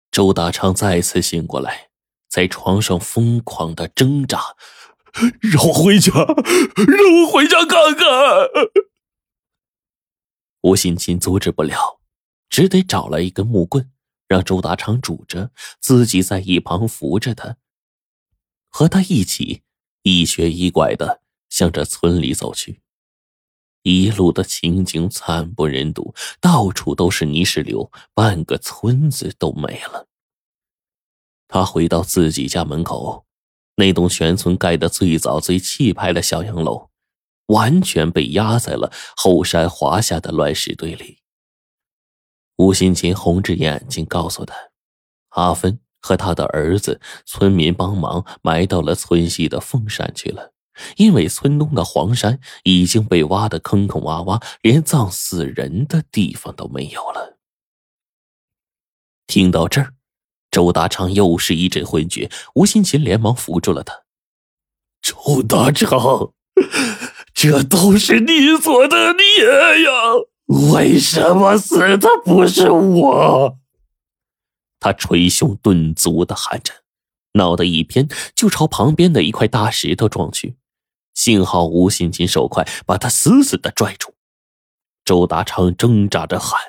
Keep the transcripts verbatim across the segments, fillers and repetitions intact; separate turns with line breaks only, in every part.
周大昌再次醒过来，在床上疯狂的挣扎，让我回家，让我回家看看。吴新琴阻止不了，只得找了一根木棍，让周大昌拄着，自己在一旁扶着他，和他一起一瘸一拐的向着村里走去。一路的情景惨不忍睹，到处都是泥石流，半个村子都没了。他回到自己家门口，那栋全村盖得最早最气派的小洋楼，完全被压在了后山华夏的乱石堆里。吴新琴红着眼睛告诉他，阿芬和他的儿子村民帮忙埋到了村西的凤山去了，因为村东的黄山已经被挖得坑坑洼洼，连葬死人的地方都没有了。听到这儿，周大昌又是一阵昏厥，吴新琴连忙扶住了他。周大昌，这都是你做的孽呀，为什么死的不是我？他捶胸顿足地喊着，脑袋一偏就朝旁边的一块大石头撞去。幸好吴新琴手快，把他死死地拽住。周大昌挣扎着喊，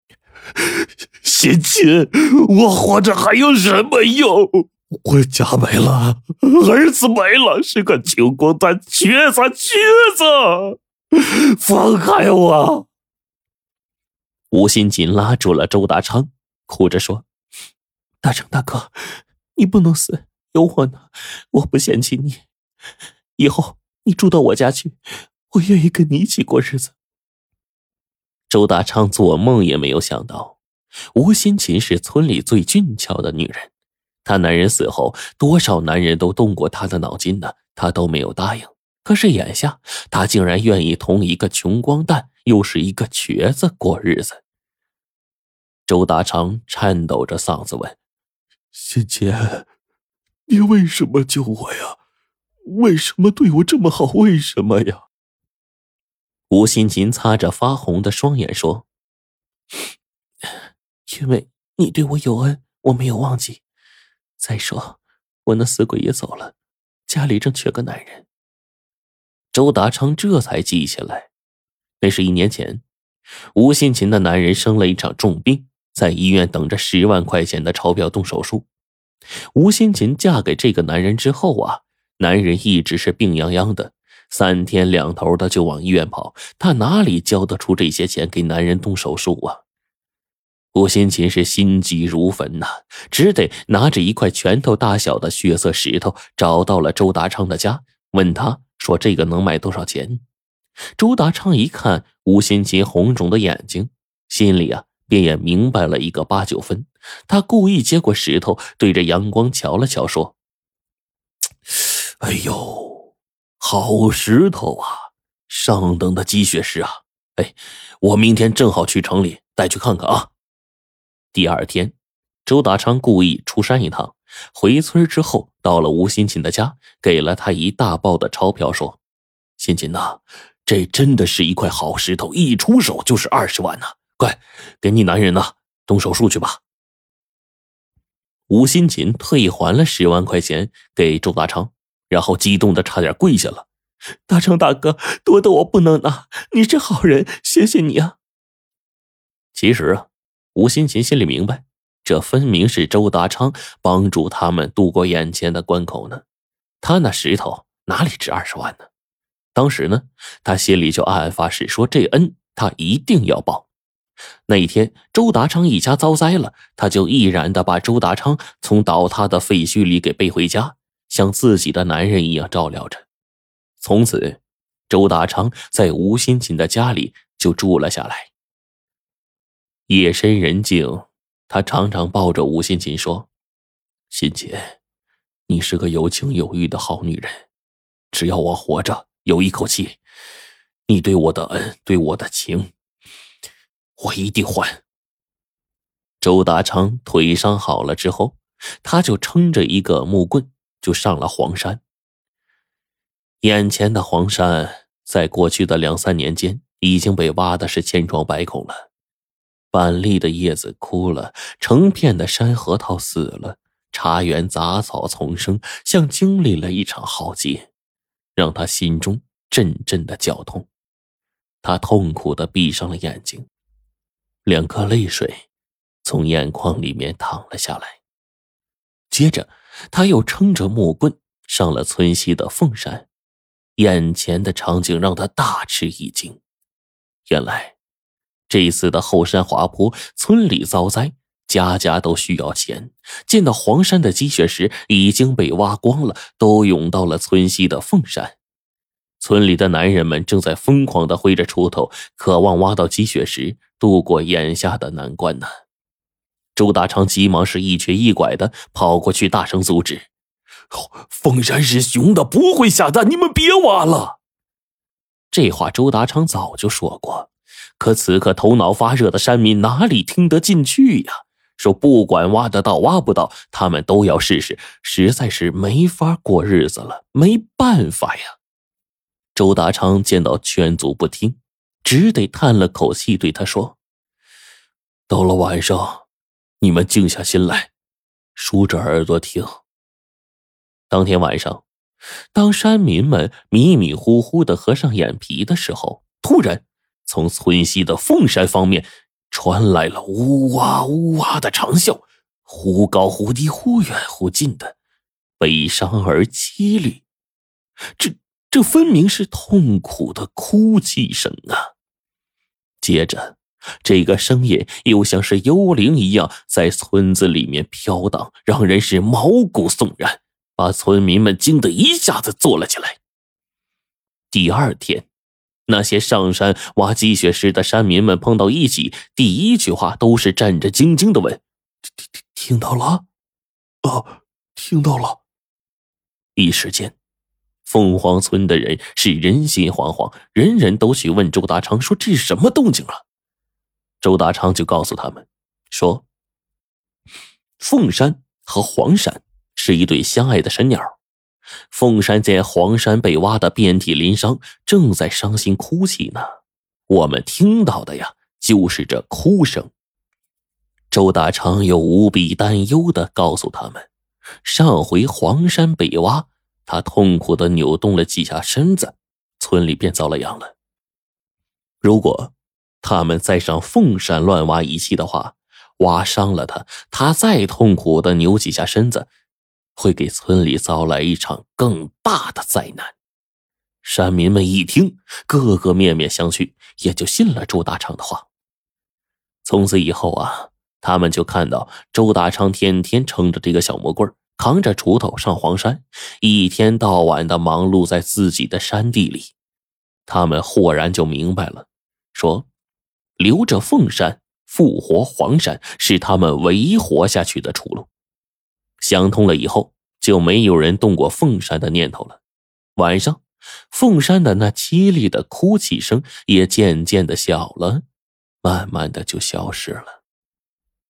新琴，我活着还有什么用？我家没了，儿子没了，是个穷光蛋，瘸子瘸子，放开我！吴新琴拉住了周大昌，哭着说，大昌大哥，你不能死，有我呢，我不嫌弃你，以后你住到我家去，我愿意跟你一起过日子。周大昌做梦也没有想到，吴新琴是村里最俊俏的女人，她男人死后，多少男人都动过她的脑筋呢，她都没有答应。可是眼下，她竟然愿意同一个穷光蛋，又是一个瘸子过日子。周大昌颤抖着嗓子问，新琴，你为什么救我呀？为什么对我这么好？为什么呀？吴新琴擦着发红的双眼说，因为你对我有恩，我没有忘记。再说，我那死鬼也走了，家里正缺个男人。周达昌这才记起来，那是一年前，吴新琴的男人生了一场重病，在医院等着十万块钱的钞票动手术。吴新琴嫁给这个男人之后啊，男人一直是病殃殃的，三天两头的就往医院跑，他哪里交得出这些钱给男人动手术啊？吴新琴是心急如焚呐、啊，只得拿着一块拳头大小的血色石头找到了周达昌的家，问他说这个能卖多少钱。周达昌一看吴新琴红肿的眼睛，心里啊便也明白了一个八九分。他故意接过石头，对着阳光瞧了瞧，说，哎呦，好石头啊，上等的鸡血石啊，哎，我明天正好去城里带去看看啊。第二天，周达昌故意出山一趟，回村之后到了吴新琴的家，给了他一大包的钞票，说，新琴呐，这真的是一块好石头，一出手就是二十万呐、啊！快，给你男人呐动手术去吧。吴新琴退还了十万块钱给周达昌，然后激动的差点跪下了。大昌大哥，多的我不能拿，你是好人，谢谢你啊。其实啊，吴新琴心里明白，这分明是周达昌帮助他们度过眼前的关口呢。他那石头哪里值二十万呢？当时呢，他心里就暗暗发誓，说这恩他一定要报。那一天，周达昌一家遭灾了，他就毅然地把周达昌从倒塌的废墟里给背回家，像自己的男人一样照料着。从此，周达昌在吴新琴的家里就住了下来。夜深人静，他常常抱着吴新琴说，新琴，你是个有情有义的好女人，只要我活着有一口气，你对我的恩，对我的情，我一定还。周达昌腿伤好了之后，他就撑着一个木棍就上了黄山。眼前的黄山在过去的两三年间已经被挖的是千疮百孔了， 板栗的叶子枯了，成片的山核桃死了，茶园杂草丛生，像经历了一场浩劫，让他心中阵阵的绞痛。他痛苦地闭上了眼睛，两颗泪水从眼眶里面淌了下来。接着他又撑着木棍上了村西的凤山，眼前的场景让他大吃一惊。原来这次的后山滑坡，村里遭灾，家家都需要钱，见到黄山的积雪石已经被挖光了，都涌到了村西的凤山。村里的男人们正在疯狂地挥着锄头，渴望挖到积雪石，度过眼下的难关呢。周大昌急忙是一瘸一拐的跑过去，大声阻止：凤山是熊的，不会下蛋，你们别挖了。这话周达昌早就说过，可此刻头脑发热的山民哪里听得进去呀？说不管挖得到挖不到，他们都要试试，实在是没法过日子了，没办法呀。周达昌见到劝阻不听，只得叹了口气，对他说：到了晚上，你们静下心来，竖着耳朵听。当天晚上，当山民们迷迷糊糊地合上眼皮的时候，突然从村西的凤山方面传来了呜哇呜哇的长啸，忽高忽低，忽远忽近的，悲伤而凄厉。这这分明是痛苦的哭泣声啊！接着这个声音又像是幽灵一样在村子里面飘荡，让人是毛骨悚然，把村民们惊得一下子坐了起来。第二天，那些上山挖积雪石的山民们碰到一起，第一句话都是战战兢兢地问：听到了？啊，听到了。一时间，凤凰村的人是人心惶惶，人人都去问周达昌说这是什么动静啊？周达昌就告诉他们说，凤山和黄山是一对相爱的神鸟。凤山见黄山被挖得遍体鳞伤，正在伤心哭泣呢，我们听到的呀就是这哭声。周大昌又无比担忧地告诉他们，上回黄山被挖，他痛苦地扭动了几下身子，村里便遭了殃了。如果他们再上凤山乱挖一气的话，挖伤了他，他再痛苦地扭几下身子，会给村里遭来一场更大的灾难。山民们一听，个个面面相觑，也就信了周大昌的话。从此以后啊，他们就看到周大昌天天撑着这个小木棍，扛着锄头上黄山，一天到晚的忙碌在自己的山地里。他们豁然就明白了，说留着凤山，复活黄山，是他们唯一活下去的出路。想通了以后，就没有人动过凤山的念头了。晚上，凤山的那凄厉的哭泣声也渐渐的小了，慢慢的就消失了。